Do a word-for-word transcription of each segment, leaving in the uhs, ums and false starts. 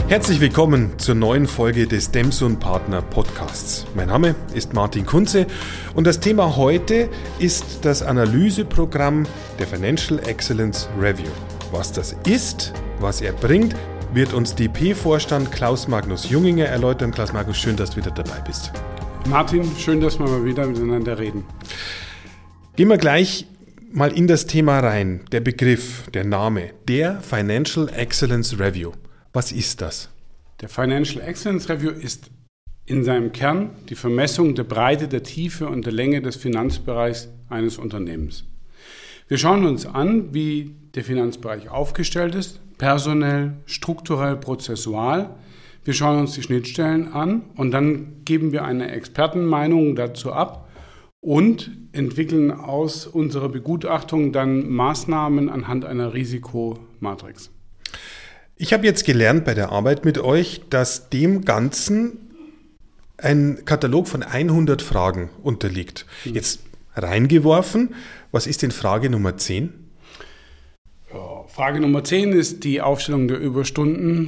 Herzlich willkommen zur neuen Folge des Demson Partner Podcasts. Mein Name ist Martin Kunze und das Thema heute ist das Analyseprogramm der Financial Excellence Review. Was das ist, was er bringt, wird uns D P-Vorstand Klaus Magnus Junginger erläutern. Klaus Magnus, schön, dass du wieder dabei bist. Martin, schön, dass wir mal wieder miteinander reden. Gehen wir gleich mal in das Thema rein. Der Begriff, der Name, der Financial Excellence Review. Was ist das? Der Financial Excellence Review ist in seinem Kern die Vermessung der Breite, der Tiefe und der Länge des Finanzbereichs eines Unternehmens. Wir schauen uns an, wie der Finanzbereich aufgestellt ist, personell, strukturell, prozessual. Wir schauen uns die Schnittstellen an und dann geben wir eine Expertenmeinung dazu ab und entwickeln aus unserer Begutachtung dann Maßnahmen anhand einer Risikomatrix. Ich habe jetzt gelernt bei der Arbeit mit euch, dass dem Ganzen ein Katalog von hundert Fragen unterliegt. Jetzt reingeworfen, was ist denn Frage Nummer zehn? Ja, Frage Nummer zehn ist die Aufstellung der Überstunden.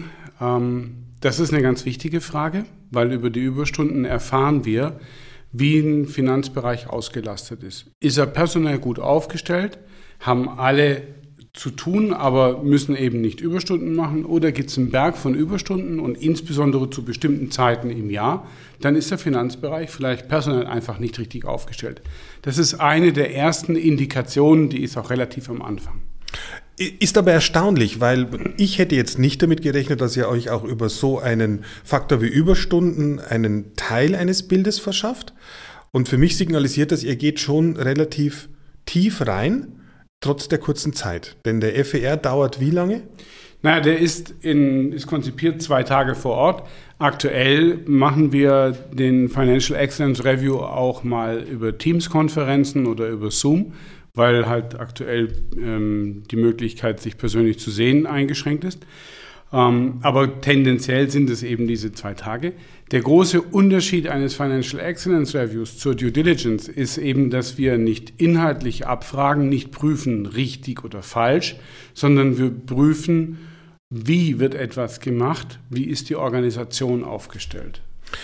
Das ist eine ganz wichtige Frage, weil über die Überstunden erfahren wir, wie ein Finanzbereich ausgelastet ist. Ist er personell gut aufgestellt? Haben alle zu tun, aber müssen eben nicht Überstunden machen, oder gibt es einen Berg von Überstunden und insbesondere zu bestimmten Zeiten im Jahr, dann ist der Finanzbereich vielleicht personell einfach nicht richtig aufgestellt. Das ist eine der ersten Indikationen, die ist auch relativ am Anfang. Ist aber erstaunlich, weil ich hätte jetzt nicht damit gerechnet, dass ihr euch auch über so einen Faktor wie Überstunden einen Teil eines Bildes verschafft. Und für mich signalisiert das, ihr geht schon relativ tief rein, trotz der kurzen Zeit. Denn der F E R dauert wie lange? Naja, der ist, in, ist konzipiert zwei Tage vor Ort. Aktuell machen wir den Financial Excellence Review auch mal über Teams-Konferenzen oder über Zoom, weil halt aktuell ähm, die Möglichkeit, sich persönlich zu sehen, eingeschränkt ist. Ähm, aber tendenziell sind es eben diese zwei Tage. Der große Unterschied eines Financial Excellence Reviews zur Due Diligence ist eben, dass wir nicht inhaltlich abfragen, nicht prüfen, richtig oder falsch, sondern wir prüfen, wie wird etwas gemacht, wie ist die Organisation aufgestellt.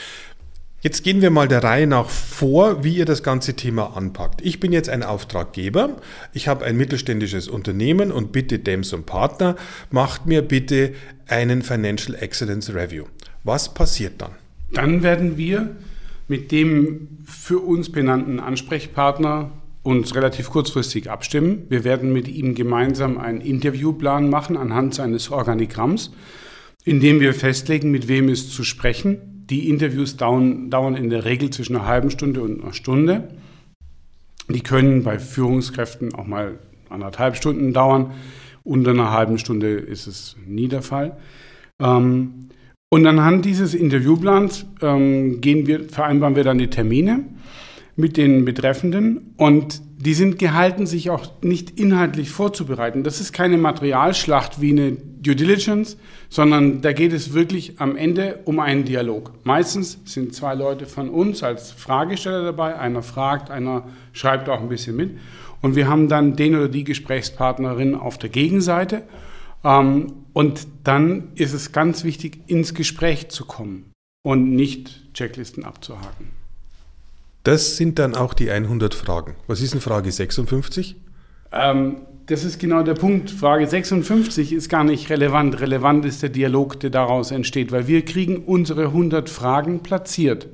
Jetzt gehen wir mal der Reihe nach vor, wie ihr das ganze Thema anpackt. Ich bin jetzt ein Auftraggeber, ich habe ein mittelständisches Unternehmen und bitte Demson Partner, macht mir bitte einen Financial Excellence Review. Was passiert dann? Dann werden wir mit dem für uns benannten Ansprechpartner uns relativ kurzfristig abstimmen. Wir werden mit ihm gemeinsam einen Interviewplan machen anhand seines Organigramms, in dem wir festlegen, mit wem ist zu sprechen. Die Interviews dauern, dauern in der Regel zwischen einer halben Stunde und einer Stunde. Die können bei Führungskräften auch mal anderthalb Stunden dauern. Unter einer halben Stunde ist es nie der Fall. Ähm, und anhand dieses Interviewplans ähm, gehen wir, vereinbaren wir dann die Termine mit den Betreffenden und die sind gehalten, sich auch nicht inhaltlich vorzubereiten. Das ist keine Materialschlacht wie eine Due Diligence, sondern da geht es wirklich am Ende um einen Dialog. Meistens sind zwei Leute von uns als Fragesteller dabei, einer fragt, einer schreibt auch ein bisschen mit und wir haben dann den oder die Gesprächspartnerin auf der Gegenseite ähm, und dann ist es ganz wichtig, ins Gespräch zu kommen und nicht Checklisten abzuhaken. Das sind dann auch die hundert Fragen. Was ist denn Frage sechsundfünfzig? Ähm, das ist genau der Punkt. Frage sechsundfünfzig ist gar nicht relevant. Relevant ist der Dialog, der daraus entsteht, weil wir kriegen unsere hundert Fragen platziert.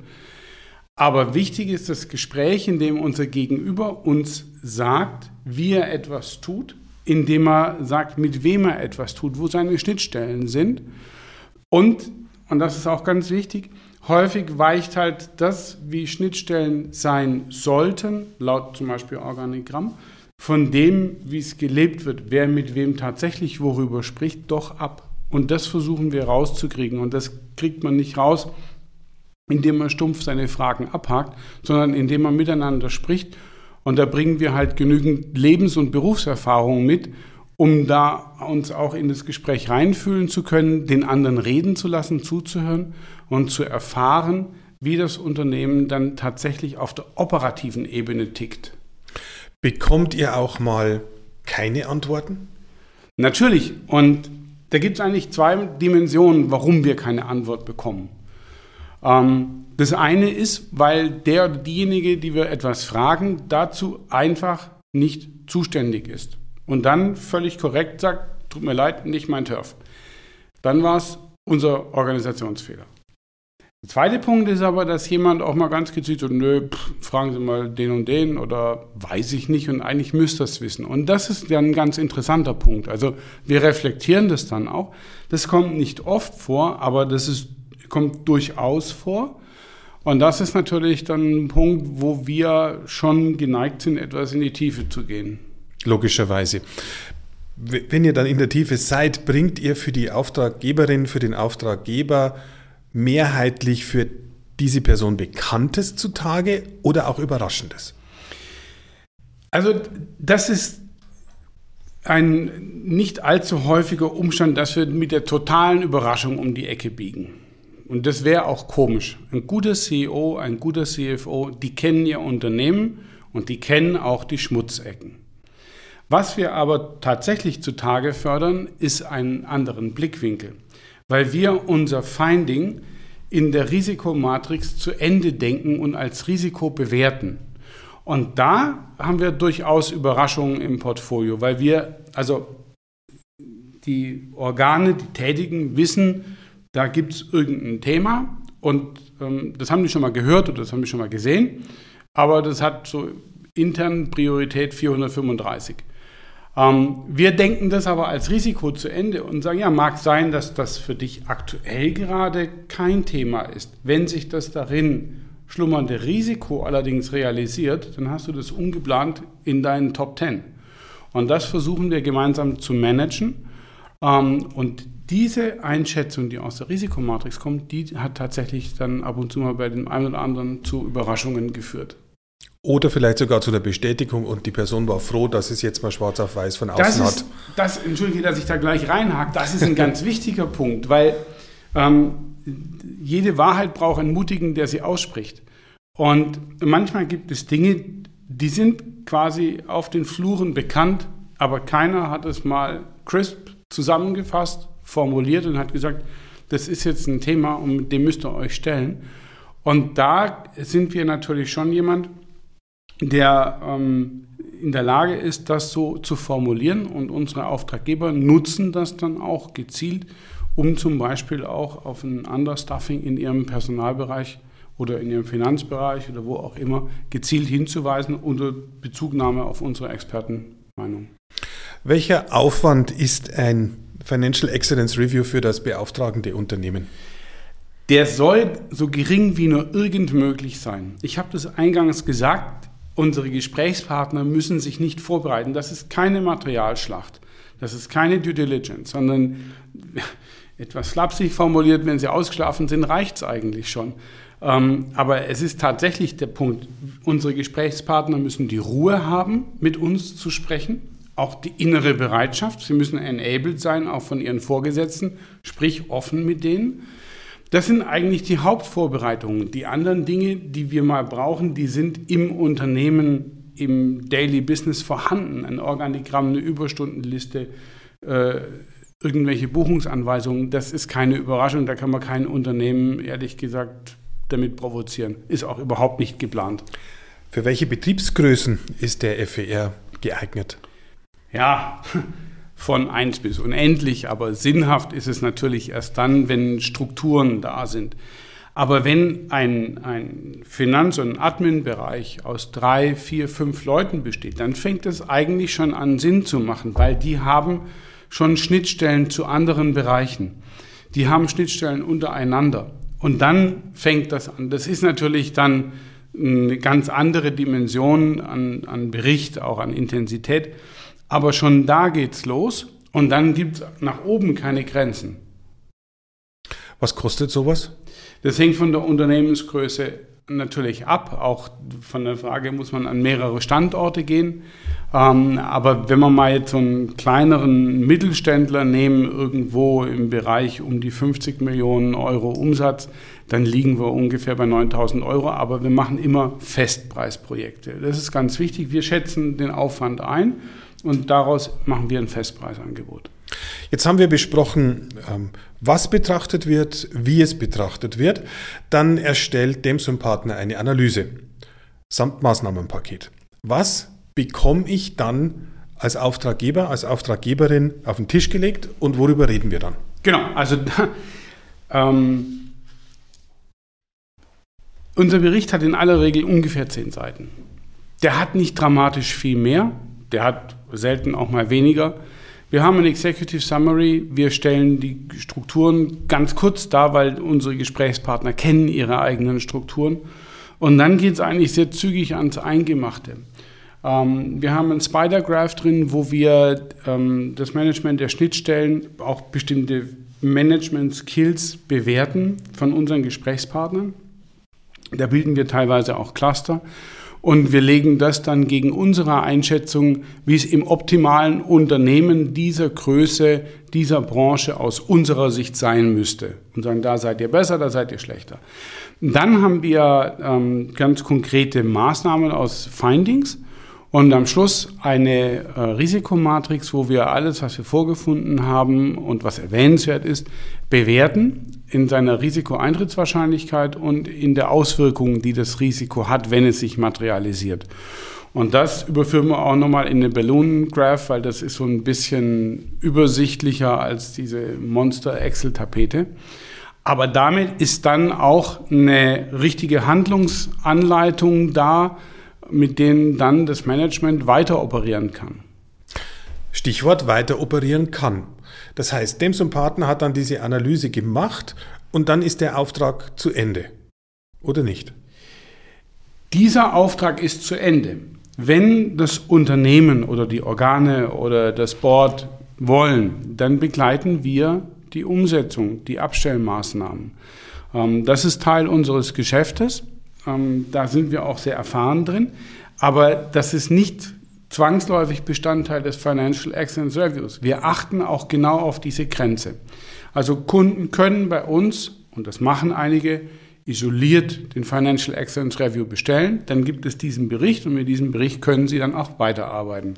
Aber wichtig ist das Gespräch, in dem unser Gegenüber uns sagt, wie er etwas tut, indem er sagt, mit wem er etwas tut, wo seine Schnittstellen sind. Und, und das ist auch ganz wichtig, häufig weicht halt das, wie Schnittstellen sein sollten, laut zum Beispiel Organigramm, von dem, wie es gelebt wird, wer mit wem tatsächlich worüber spricht, doch ab. Und das versuchen wir rauszukriegen. Und das kriegt man nicht raus, indem man stumpf seine Fragen abhakt, sondern indem man miteinander spricht. Und da bringen wir halt genügend Lebens- und Berufserfahrung mit, um da uns auch in das Gespräch reinfühlen zu können, den anderen reden zu lassen, zuzuhören und zu erfahren, wie das Unternehmen dann tatsächlich auf der operativen Ebene tickt. Bekommt ihr auch mal keine Antworten? Natürlich. Und Da gibt es eigentlich zwei Dimensionen, warum wir keine Antwort bekommen. Ähm, das eine ist, weil der oder diejenige, die wir etwas fragen, dazu einfach nicht zuständig ist. Und dann völlig korrekt sagt, tut mir leid, nicht mein Turf. Dann war es unser Organisationsfehler. Der zweite Punkt ist aber, dass jemand auch mal ganz gezielt sagt, nö, pff, fragen Sie mal den und den oder weiß ich nicht und eigentlich müsst ihr das wissen. Und das ist ja ein ganz interessanter Punkt. Also wir reflektieren das dann auch. Das kommt nicht oft vor, aber das ist, kommt durchaus vor. Und das ist natürlich dann ein Punkt, wo wir schon geneigt sind, etwas in die Tiefe zu gehen. Logischerweise. Wenn ihr dann in der Tiefe seid, bringt ihr für die Auftraggeberin, für den Auftraggeber mehrheitlich für diese Person Bekanntes zutage oder auch Überraschendes? Also das ist ein nicht allzu häufiger Umstand, dass wir mit der totalen Überraschung um die Ecke biegen. Und das wäre auch komisch. Ein guter C E O, ein guter C F O, die kennen ihr Unternehmen und die kennen auch die Schmutzecken. Was wir aber tatsächlich zutage fördern, ist einen anderen Blickwinkel, weil wir unser Finding in der Risikomatrix zu Ende denken und als Risiko bewerten. Und da haben wir durchaus Überraschungen im Portfolio, weil wir, also die Organe, die Tätigen wissen, da gibt es irgendein Thema und ähm, das haben die schon mal gehört oder das haben die schon mal gesehen, aber das hat so intern Priorität vierhundertfünfunddreißig. Ähm, wir denken das aber als Risiko zu Ende und sagen, ja, mag sein, dass das für dich aktuell gerade kein Thema ist. Wenn sich das darin schlummernde Risiko allerdings realisiert, dann hast du das ungeplant in deinen Top Ten. Und das versuchen wir gemeinsam zu managen. Ähm, und diese Einschätzung, die aus der Risikomatrix kommt, die hat tatsächlich dann ab und zu mal bei dem einen oder anderen zu Überraschungen geführt. Oder vielleicht sogar zu der Bestätigung und die Person war froh, dass es jetzt mal schwarz auf weiß von außen das ist, hat. Das, Entschuldige, dass ich da gleich reinhake, das ist ein ganz wichtiger Punkt, weil ähm, jede Wahrheit braucht einen Mutigen, der sie ausspricht. Und manchmal gibt es Dinge, die sind quasi auf den Fluren bekannt, aber keiner hat es mal crisp zusammengefasst, formuliert und hat gesagt, das ist jetzt ein Thema und mit dem müsst ihr euch stellen. Und da sind wir natürlich schon jemand, der ähm, in der Lage ist, das so zu formulieren und unsere Auftraggeber nutzen das dann auch gezielt, um zum Beispiel auch auf ein Understuffing in ihrem Personalbereich oder in ihrem Finanzbereich oder wo auch immer gezielt hinzuweisen unter Bezugnahme auf unsere Expertenmeinung. Welcher Aufwand ist ein Financial Excellence Review für das beauftragende Unternehmen? Der soll so gering wie nur irgend möglich sein. Ich habe das eingangs gesagt, unsere Gesprächspartner müssen sich nicht vorbereiten. Das ist keine Materialschlacht, das ist keine Due Diligence, sondern etwas flapsig formuliert, wenn sie ausgeschlafen sind, reicht es eigentlich schon. Ähm, aber es ist tatsächlich der Punkt, unsere Gesprächspartner müssen die Ruhe haben, mit uns zu sprechen, auch die innere Bereitschaft. Sie müssen enabled sein, auch von ihren Vorgesetzten, sprich offen mit denen. Das sind eigentlich die Hauptvorbereitungen. Die anderen Dinge, die wir mal brauchen, die sind im Unternehmen, im Daily Business vorhanden. Ein Organigramm, eine Überstundenliste, äh, irgendwelche Buchungsanweisungen. Das ist keine Überraschung. Da kann man kein Unternehmen, ehrlich gesagt, damit provozieren. Ist auch überhaupt nicht geplant. Für welche Betriebsgrößen ist der F E R geeignet? Ja, von eins bis unendlich, aber sinnhaft ist es natürlich erst dann, wenn Strukturen da sind. Aber wenn ein, ein Finanz- und Admin-Bereich aus drei, vier, fünf Leuten besteht, dann fängt es eigentlich schon an, Sinn zu machen, weil die haben schon Schnittstellen zu anderen Bereichen. Die haben Schnittstellen untereinander. Und dann fängt das an. Das ist natürlich dann eine ganz andere Dimension an, an Bericht, auch an Intensität. Aber schon da geht's los und dann gibt es nach oben keine Grenzen. Was kostet sowas? Das hängt von der Unternehmensgröße natürlich ab. Auch von der Frage, muss man an mehrere Standorte gehen. Ähm, aber wenn wir mal jetzt so einen kleineren Mittelständler nehmen, irgendwo im Bereich um die fünfzig Millionen Euro Umsatz, dann liegen wir ungefähr bei neuntausend Euro. Aber wir machen immer Festpreisprojekte. Das ist ganz wichtig. Wir schätzen den Aufwand ein. Und daraus machen wir ein Festpreisangebot. Jetzt haben wir besprochen, was betrachtet wird, wie es betrachtet wird. Dann erstellt Dems und Partner eine Analyse samt Maßnahmenpaket. Was bekomme ich dann als Auftraggeber, als Auftraggeberin auf den Tisch gelegt und worüber reden wir dann? Genau, also ähm, unser Bericht hat in aller Regel ungefähr zehn Seiten. Der hat nicht dramatisch viel mehr, der hat selten auch mal weniger. Wir haben ein Executive Summary, wir stellen die Strukturen ganz kurz dar, weil unsere Gesprächspartner kennen ihre eigenen Strukturen. Und dann geht es eigentlich sehr zügig ans Eingemachte. Ähm, wir haben einen Spider-Graph drin, wo wir ähm, das Management der Schnittstellen, auch bestimmte Management-Skills bewerten von unseren Gesprächspartnern. Da bilden wir teilweise auch Cluster. Und wir legen das dann gegen unsere Einschätzung, wie es im optimalen Unternehmen dieser Größe, dieser Branche aus unserer Sicht sein müsste. Und sagen, da seid ihr besser, da seid ihr schlechter. Dann haben wir ähm, ganz konkrete Maßnahmen aus Findings und am Schluss eine äh, Risikomatrix, wo wir alles, was wir vorgefunden haben und was erwähnenswert ist, bewerten in seiner Risikoeintrittswahrscheinlichkeit und in der Auswirkung, die das Risiko hat, wenn es sich materialisiert. Und das überführen wir auch nochmal in eine Balloon Graph, weil das ist so ein bisschen übersichtlicher als diese Monster-Excel-Tapete. Aber damit ist dann auch eine richtige Handlungsanleitung da, mit denen dann das Management weiter operieren kann. Stichwort weiter operieren kann. Das heißt, Dems und Partner hat dann diese Analyse gemacht und dann ist der Auftrag zu Ende. Oder nicht? Dieser Auftrag ist zu Ende. Wenn das Unternehmen oder die Organe oder das Board wollen, dann begleiten wir die Umsetzung, die Abstellmaßnahmen. Das ist Teil unseres Geschäftes. Da sind wir auch sehr erfahren drin. Aber das ist nicht zwangsläufig Bestandteil des Financial Excellence Reviews. Wir achten auch genau auf diese Grenze. Also Kunden können bei uns, und das machen einige, isoliert den Financial Excellence Review bestellen. Dann gibt es diesen Bericht und mit diesem Bericht können sie dann auch weiterarbeiten.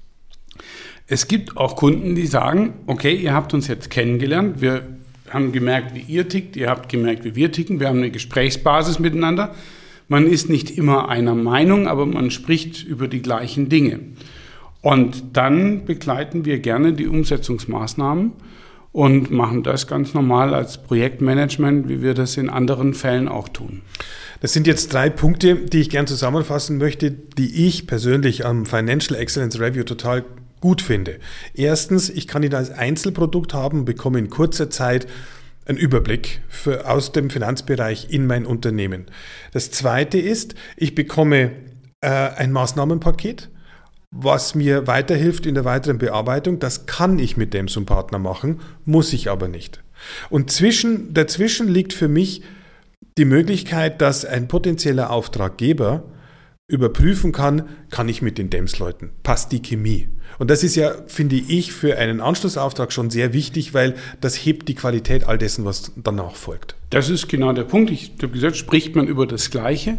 Es gibt auch Kunden, die sagen, okay, ihr habt uns jetzt kennengelernt, wir haben gemerkt, wie ihr tickt, ihr habt gemerkt, wie wir ticken, wir haben eine Gesprächsbasis miteinander. Man ist nicht immer einer Meinung, aber man spricht über die gleichen Dinge. Und dann begleiten wir gerne die Umsetzungsmaßnahmen und machen das ganz normal als Projektmanagement, wie wir das in anderen Fällen auch tun. Das sind jetzt drei Punkte, die ich gern zusammenfassen möchte, die ich persönlich am Financial Excellence Review total gut finde. Erstens, ich kann ihn als Einzelprodukt haben, bekomme in kurzer Zeit einen Überblick für, aus dem Finanzbereich in mein Unternehmen. Das Zweite ist, ich bekomme äh, ein Maßnahmenpaket, was mir weiterhilft in der weiteren Bearbeitung. Das kann ich mit Dems und Partner machen, muss ich aber nicht. Und zwischen, dazwischen liegt für mich die Möglichkeit, dass ein potenzieller Auftraggeber überprüfen kann, kann ich mit den Dems-Leuten, passt die Chemie. Und das ist ja, finde ich, für einen Anschlussauftrag schon sehr wichtig, weil das hebt die Qualität all dessen, was danach folgt. Das ist genau der Punkt. Ich habe gesagt, spricht man über das Gleiche.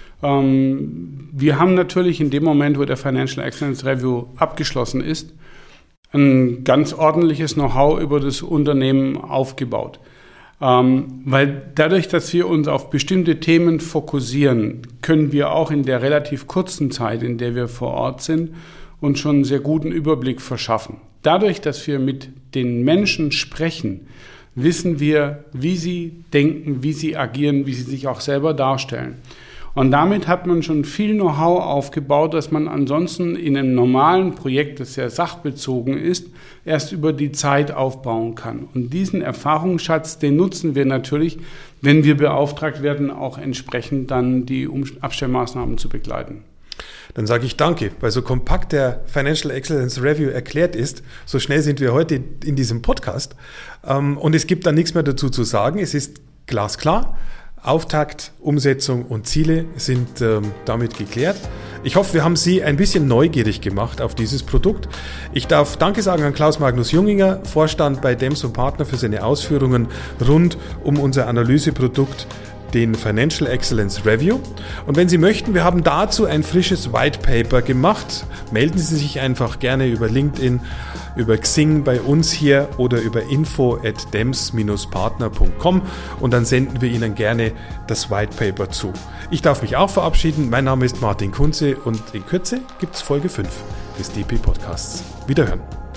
Ähm, wir haben natürlich in dem Moment, wo der Financial Excellence Review abgeschlossen ist, ein ganz ordentliches Know-how über das Unternehmen aufgebaut. Ähm, weil dadurch, dass wir uns auf bestimmte Themen fokussieren, können wir auch in der relativ kurzen Zeit, in der wir vor Ort sind, uns schon einen sehr guten Überblick verschaffen. Dadurch, dass wir mit den Menschen sprechen, wissen wir, wie sie denken, wie sie agieren, wie sie sich auch selber darstellen. Und damit hat man schon viel Know-how aufgebaut, dass man ansonsten in einem normalen Projekt, das sehr sachbezogen ist, erst über die Zeit aufbauen kann. Und diesen Erfahrungsschatz, den nutzen wir natürlich, wenn wir beauftragt werden, auch entsprechend dann die Abstellmaßnahmen zu begleiten. Dann sage ich danke, weil so kompakt der Financial Excellence Review erklärt ist, so schnell sind wir heute in diesem Podcast. Und es gibt da nichts mehr dazu zu sagen. Es ist glasklar. Auftakt, Umsetzung und Ziele sind ähm, damit geklärt. Ich hoffe, wir haben Sie ein bisschen neugierig gemacht auf dieses Produkt. Ich darf Danke sagen an Klaus Magnus Junginger, Vorstand bei Dems und Partner, für seine Ausführungen rund um unser Analyseprodukt, den Financial Excellence Review. Und wenn Sie möchten, wir haben dazu ein frisches White Paper gemacht. Melden Sie sich einfach gerne über LinkedIn über Xing bei uns hier oder über info at dems partner punkt com und dann senden wir Ihnen gerne das White Paper zu. Ich darf mich auch verabschieden. Mein Name ist Martin Kunze und in Kürze gibt es Folge fünf des D P Podcasts. Wiederhören.